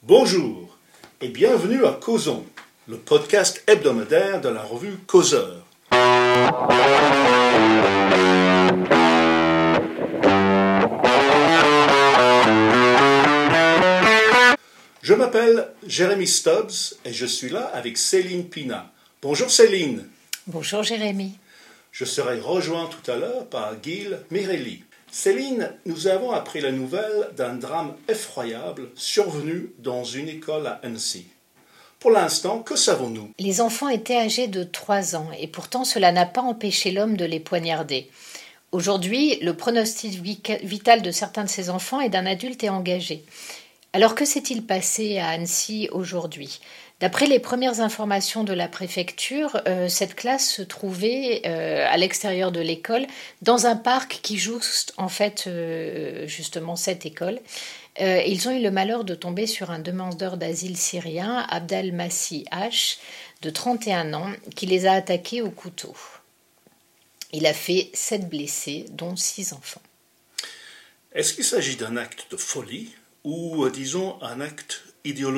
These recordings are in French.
Bonjour et bienvenue à Causons, le podcast hebdomadaire de la revue Causeur. Je m'appelle Jérémy Stubbs et je suis là avec Céline Pina. Bonjour Céline. Bonjour Jérémy. Je serai rejoint tout à l'heure par Gilles Mirelli. Céline, nous avons appris la nouvelle d'un drame effroyable survenu dans une école à Annecy. Pour l'instant, que savons-nous ? Les enfants étaient âgés de 3 ans et pourtant cela n'a pas empêché l'homme de les poignarder. Aujourd'hui, le pronostic vital de certains de ces enfants et d'un adulte est engagé. Alors que s'est-il passé à Annecy aujourd'hui ? D'après les premières informations de la préfecture, cette classe se trouvait à l'extérieur de l'école, dans un parc qui jouxte en fait justement cette école. Ils ont eu le malheur de tomber sur un demandeur d'asile syrien, Abdelmasih H, de 31 ans, qui les a attaqués au couteau. Il a fait 7 blessés, dont 6 enfants. Est-ce qu'il s'agit d'un acte de folie ou, disons, un acte idéologique ?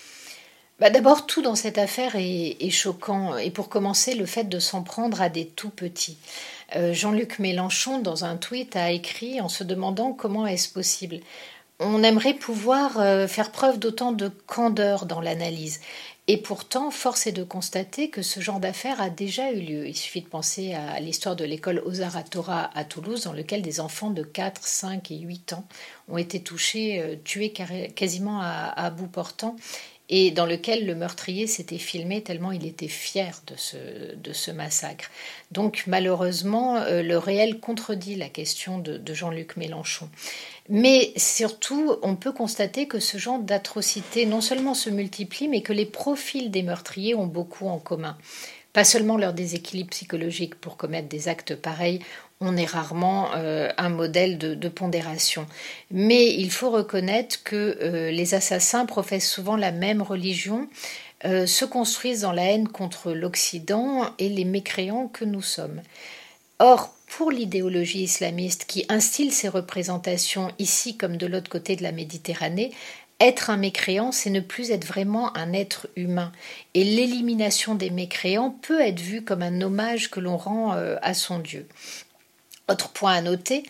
D'abord, tout dans cette affaire est choquant. Et pour commencer, le fait de s'en prendre à des tout-petits. Jean-Luc Mélenchon, dans un tweet, a écrit en se demandant comment est-ce possible. On aimerait pouvoir faire preuve d'autant de candeur dans l'analyse. Et pourtant, force est de constater que ce genre d'affaire a déjà eu lieu. Il suffit de penser à l'histoire de l'école Ozar Hatorah à Toulouse, dans laquelle des enfants de 4, 5 et 8 ans ont été touchés, tués quasiment à bout portant, et dans lequel le meurtrier s'était filmé tellement il était fier de ce massacre. Donc malheureusement, le réel contredit la question de Jean-Luc Mélenchon. Mais surtout, on peut constater que ce genre d'atrocités non seulement se multiplient, mais que les profils des meurtriers ont beaucoup en commun. Pas seulement leur déséquilibre psychologique pour commettre des actes pareils, on est rarement un modèle de pondération. Mais il faut reconnaître que les assassins professent souvent la même religion, se construisent dans la haine contre l'Occident et les mécréants que nous sommes. Or, pour l'idéologie islamiste qui instille ces représentations ici comme de l'autre côté de la Méditerranée, être un mécréant, c'est ne plus être vraiment un être humain. Et l'élimination des mécréants peut être vue comme un hommage que l'on rend à son Dieu. Autre point à noter,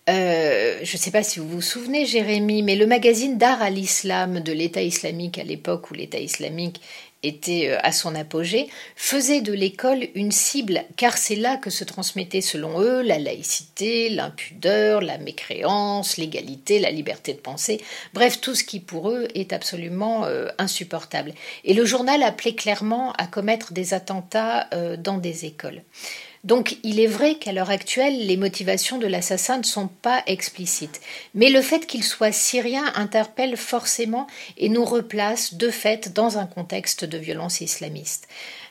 je ne sais pas si vous vous souvenez, Jérémy, mais le magazine Dar al-Islam de l'État islamique, à l'époque où l'État islamique était à son apogée, faisait de l'école une cible, car c'est là que se transmettait selon eux la laïcité, l'impudeur, la mécréance, l'égalité, la liberté de penser, bref, tout ce qui pour eux est absolument insupportable. Et le journal appelait clairement à commettre des attentats dans des écoles. Donc il est vrai qu'à l'heure actuelle, les motivations de l'assassin ne sont pas explicites. Mais le fait qu'il soit syrien interpelle forcément et nous replace de fait dans un contexte de violence islamiste.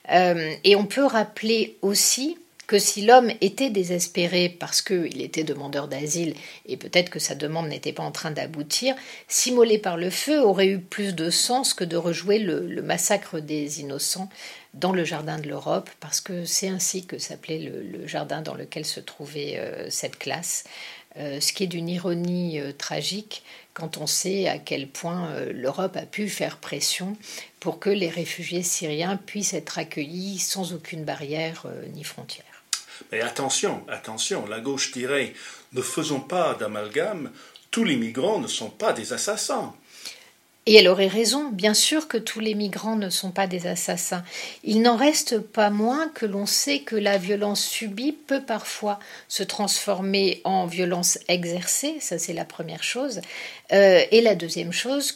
Et on peut rappeler aussi que si l'homme était désespéré parce qu'il était demandeur d'asile et peut-être que sa demande n'était pas en train d'aboutir, s'immoler par le feu aurait eu plus de sens que de rejouer le massacre des innocents dans le jardin de l'Europe, parce que c'est ainsi que s'appelait le jardin dans lequel se trouvait cette classe, ce qui est d'une ironie tragique quand on sait à quel point l'Europe a pu faire pression pour que les réfugiés syriens puissent être accueillis sans aucune barrière ni frontière. Mais attention, la gauche dirait « ne faisons pas d'amalgame, tous les migrants ne sont pas des assassins ». Et elle aurait raison, bien sûr que tous les migrants ne sont pas des assassins. Il n'en reste pas moins que l'on sait que la violence subie peut parfois se transformer en violence exercée, ça c'est la première chose. Et la deuxième chose,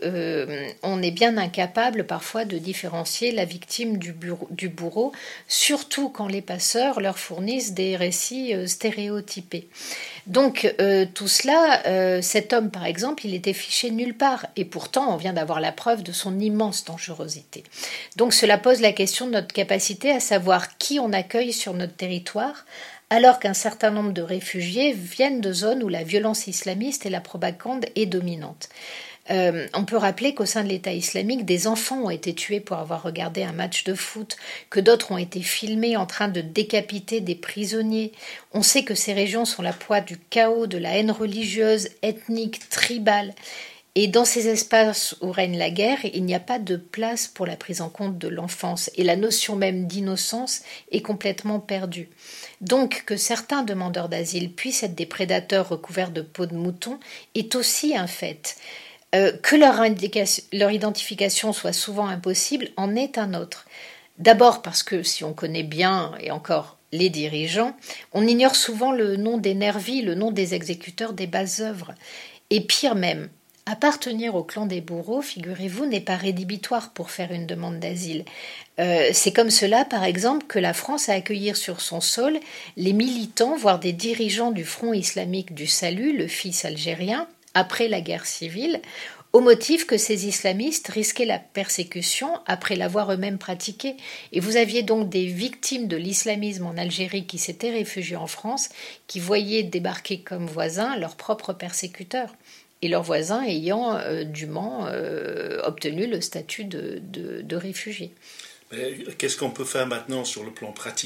on est bien incapable parfois de différencier la victime du bourreau, surtout quand les passeurs leur fournissent des récits stéréotypés. Donc tout cela, cet homme par exemple, il était fiché nulle part et pourtant on vient d'avoir la preuve de son immense dangerosité. Donc cela pose la question de notre capacité à savoir qui on accueille sur notre territoire, alors qu'un certain nombre de réfugiés viennent de zones où la violence islamiste et la propagande est dominante. On peut rappeler qu'au sein de l'État islamique, des enfants ont été tués pour avoir regardé un match de foot, que d'autres ont été filmés en train de décapiter des prisonniers. On sait que ces régions sont la proie du chaos, de la haine religieuse, ethnique, tribale. Et dans ces espaces où règne la guerre, il n'y a pas de place pour la prise en compte de l'enfance et la notion même d'innocence est complètement perdue. Donc que certains demandeurs d'asile puissent être des prédateurs recouverts de peau de mouton est aussi un fait. Que leur identification soit souvent impossible en est un autre. D'abord parce que si on connaît bien, et encore les dirigeants, on ignore souvent le nom des nervis, le nom des exécuteurs des basses œuvres. Et pire même, appartenir au clan des bourreaux, figurez-vous, n'est pas rédhibitoire pour faire une demande d'asile. C'est comme cela, par exemple, que la France a accueilli sur son sol les militants, voire des dirigeants du Front islamique du Salut, le FIS algérien, après la guerre civile, au motif que ces islamistes risquaient la persécution après l'avoir eux-mêmes pratiquée. Et vous aviez donc des victimes de l'islamisme en Algérie qui s'étaient réfugiées en France, qui voyaient débarquer comme voisins leurs propres persécuteurs, et leurs voisins ayant dûment obtenu le statut de réfugiés. Mais qu'est-ce qu'on peut faire maintenant sur le plan pratique ?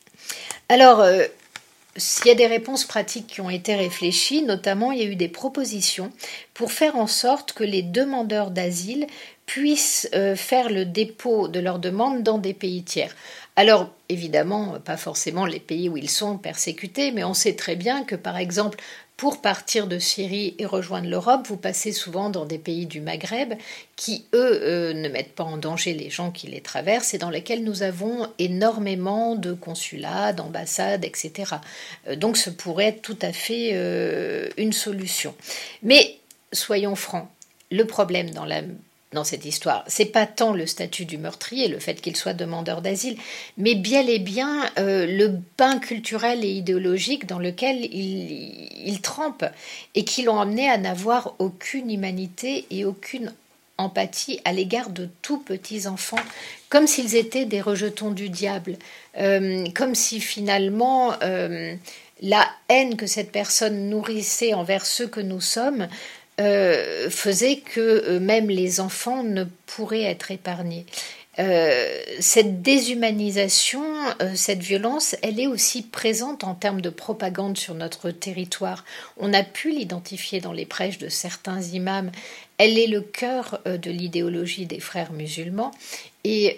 Alors, s'il y a des réponses pratiques qui ont été réfléchies, notamment il y a eu des propositions pour faire en sorte que les demandeurs d'asile puissent faire le dépôt de leur demande dans des pays tiers. Alors, évidemment, pas forcément les pays où ils sont persécutés, mais on sait très bien que, par exemple, pour partir de Syrie et rejoindre l'Europe, vous passez souvent dans des pays du Maghreb qui, eux, ne mettent pas en danger les gens qui les traversent et dans lesquels nous avons énormément de consulats, d'ambassades, etc. Donc ce pourrait être tout à fait une solution. Mais soyons francs, le problème dans cette histoire, c'est pas tant le statut du meurtrier, le fait qu'il soit demandeur d'asile, mais bel et bien le bain culturel et idéologique dans lequel il trempe et qui l'ont amené à n'avoir aucune humanité et aucune empathie à l'égard de tout petits enfants, comme s'ils étaient des rejetons du diable, comme si finalement la haine que cette personne nourrissait envers ceux que nous sommes faisait que même les enfants ne pourraient être épargnés. Cette déshumanisation, cette violence, elle est aussi présente en termes de propagande sur notre territoire. On a pu l'identifier dans les prêches de certains imams. Elle est le cœur de l'idéologie des frères musulmans. Et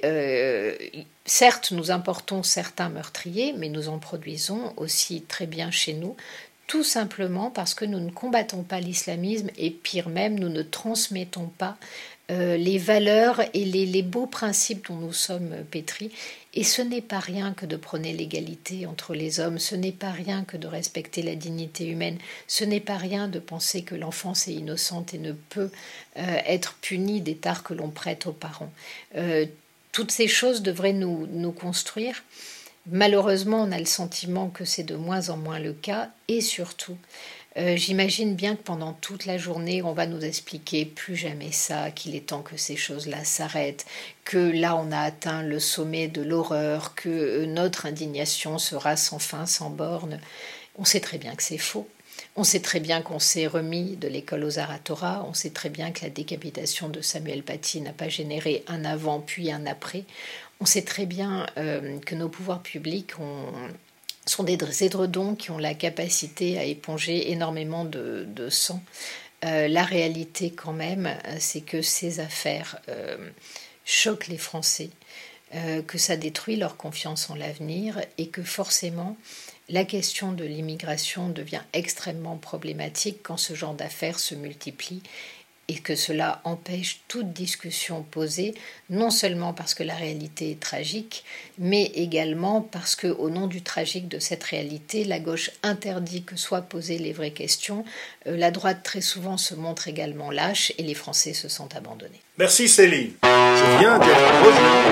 certes, nous importons certains meurtriers, mais nous en produisons aussi très bien chez nous, tout simplement parce que nous ne combattons pas l'islamisme et pire même, nous ne transmettons pas les valeurs et les beaux principes dont nous sommes pétris. Et ce n'est pas rien que de prôner l'égalité entre les hommes, ce n'est pas rien que de respecter la dignité humaine, ce n'est pas rien de penser que l'enfance est innocente et ne peut être punie des tares que l'on prête aux parents. Toutes ces choses devraient nous construire. Malheureusement, on a le sentiment que c'est de moins en moins le cas et surtout, j'imagine bien que pendant toute la journée, on va nous expliquer plus jamais ça, qu'il est temps que ces choses-là s'arrêtent, que là on a atteint le sommet de l'horreur, que notre indignation sera sans fin, sans borne. On sait très bien que c'est faux. On sait très bien qu'on s'est remis de l'école aux Aratora, on sait très bien que la décapitation de Samuel Paty n'a pas généré un avant puis un après. On sait très bien que nos pouvoirs publics sont des édredons qui ont la capacité à éponger énormément de sang. La réalité quand même, c'est que ces affaires choquent les Français, que ça détruit leur confiance en l'avenir et que forcément la question de l'immigration devient extrêmement problématique quand ce genre d'affaires se multiplient et que cela empêche toute discussion posée, non seulement parce que la réalité est tragique, mais également parce que, au nom du tragique de cette réalité, la gauche interdit que soient posées les vraies questions, la droite très souvent se montre également lâche et les Français se sentent abandonnés. Merci Céline. Je viens d'être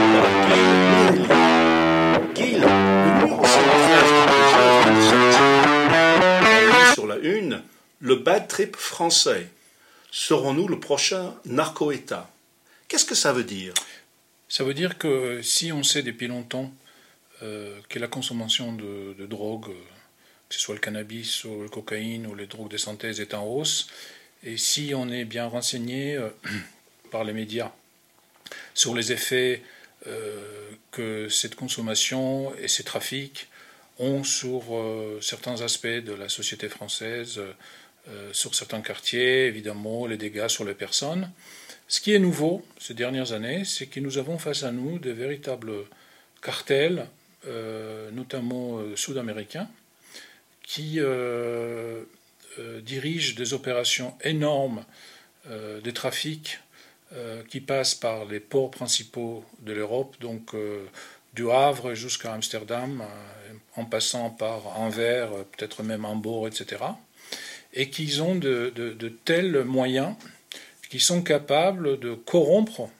rejoint par Guy, le numéro 113 de sortir. Sur la une, le bad trip français. Serons-nous le prochain narco-État ? Qu'est-ce que ça veut dire ? Ça veut dire que si on sait depuis longtemps que la consommation de drogue, que ce soit le cannabis ou le cocaïne ou les drogues de synthèse est en hausse, et si on est bien renseigné par les médias sur les effets que cette consommation et ces trafics ont sur certains aspects de la société française, sur certains quartiers, évidemment, les dégâts sur les personnes. Ce qui est nouveau ces dernières années, c'est que nous avons face à nous de véritables cartels, notamment sud-américains, qui dirigent des opérations énormes de trafic qui passent par les ports principaux de l'Europe, donc du Havre jusqu'à Amsterdam, en passant par Anvers, peut-être même Hambourg, etc. Et qu'ils ont de tels moyens qui sont capables de corrompre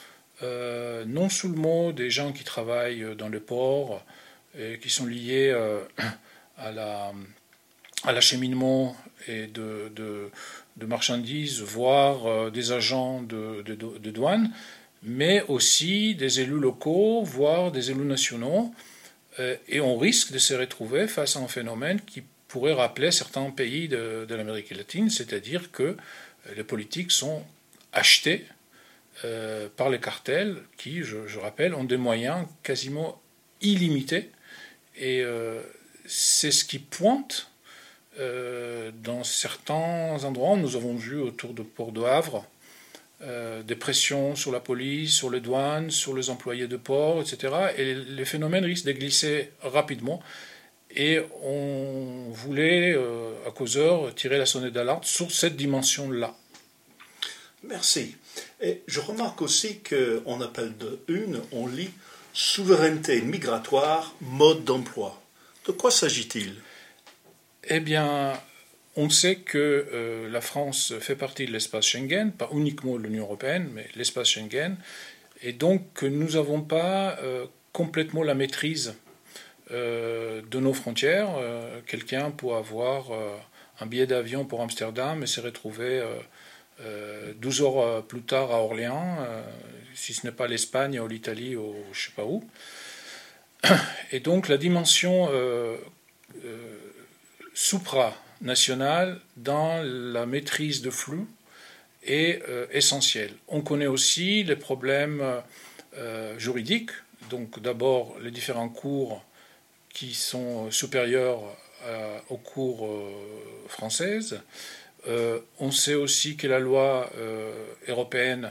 non seulement des gens qui travaillent dans les ports et qui sont liés à l'acheminement et de marchandises, voire des agents de douane, mais aussi des élus locaux, voire des élus nationaux. Et on risque de se retrouver face à un phénomène qui pourrait rappeler certains pays de l'Amérique latine, c'est-à-dire que les politiques sont achetés par les cartels qui, je rappelle, ont des moyens quasiment illimités. Et c'est ce qui pointe dans certains endroits. Nous avons vu autour du port de Havre des pressions sur la police, sur les douanes, sur les employés de port, etc. Et les phénomènes risquent de glisser rapidement. Et on voulait, à Causeur, tirer la sonnette d'alarme sur cette dimension-là. Merci. Et je remarque aussi qu'en appel de une, on lit « souveraineté migratoire, mode d'emploi ». De quoi s'agit-il ? Eh bien, on sait que la France fait partie de l'espace Schengen, pas uniquement l'Union européenne, mais l'espace Schengen, et donc que nous n'avons pas complètement la maîtrise de nos frontières. Quelqu'un peut avoir un billet d'avion pour Amsterdam et se retrouver 12 heures plus tard à Orléans, si ce n'est pas l'Espagne ou l'Italie ou je ne sais pas où. Et donc la dimension supranationale dans la maîtrise de flux est essentielle. On connaît aussi les problèmes juridiques, donc d'abord les différents cours qui sont supérieurs aux cours françaises. On sait aussi que la loi européenne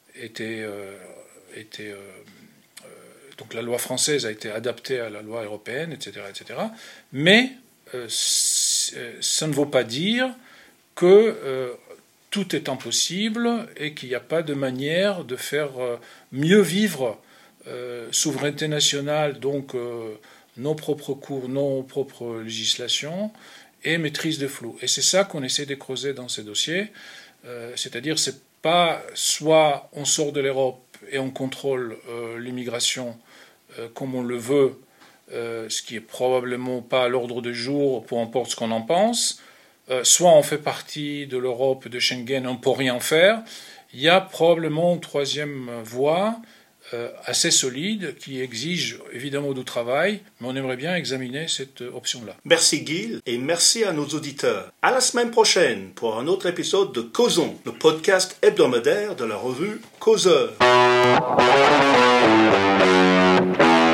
donc la loi française a été adaptée à la loi européenne, etc., etc. Mais ça ne veut pas dire que tout est impossible et qu'il n'y a pas de manière de faire mieux vivre souveraineté nationale, donc nos propres cours, nos propres législations, et maîtrise de flou. Et c'est ça qu'on essaie de creuser dans ces dossiers. C'est-à-dire, c'est pas soit on sort de l'Europe et on contrôle l'immigration comme on le veut, ce qui est probablement pas à l'ordre du jour, peu importe ce qu'on en pense, soit on fait partie de l'Europe, de Schengen, on ne peut rien faire. Il y a probablement une troisième voie assez solide qui exige évidemment du travail, mais on aimerait bien examiner cette option-là. Merci Gilles et merci à nos auditeurs. À la semaine prochaine pour un autre épisode de Causons, le podcast hebdomadaire de la revue Causeur.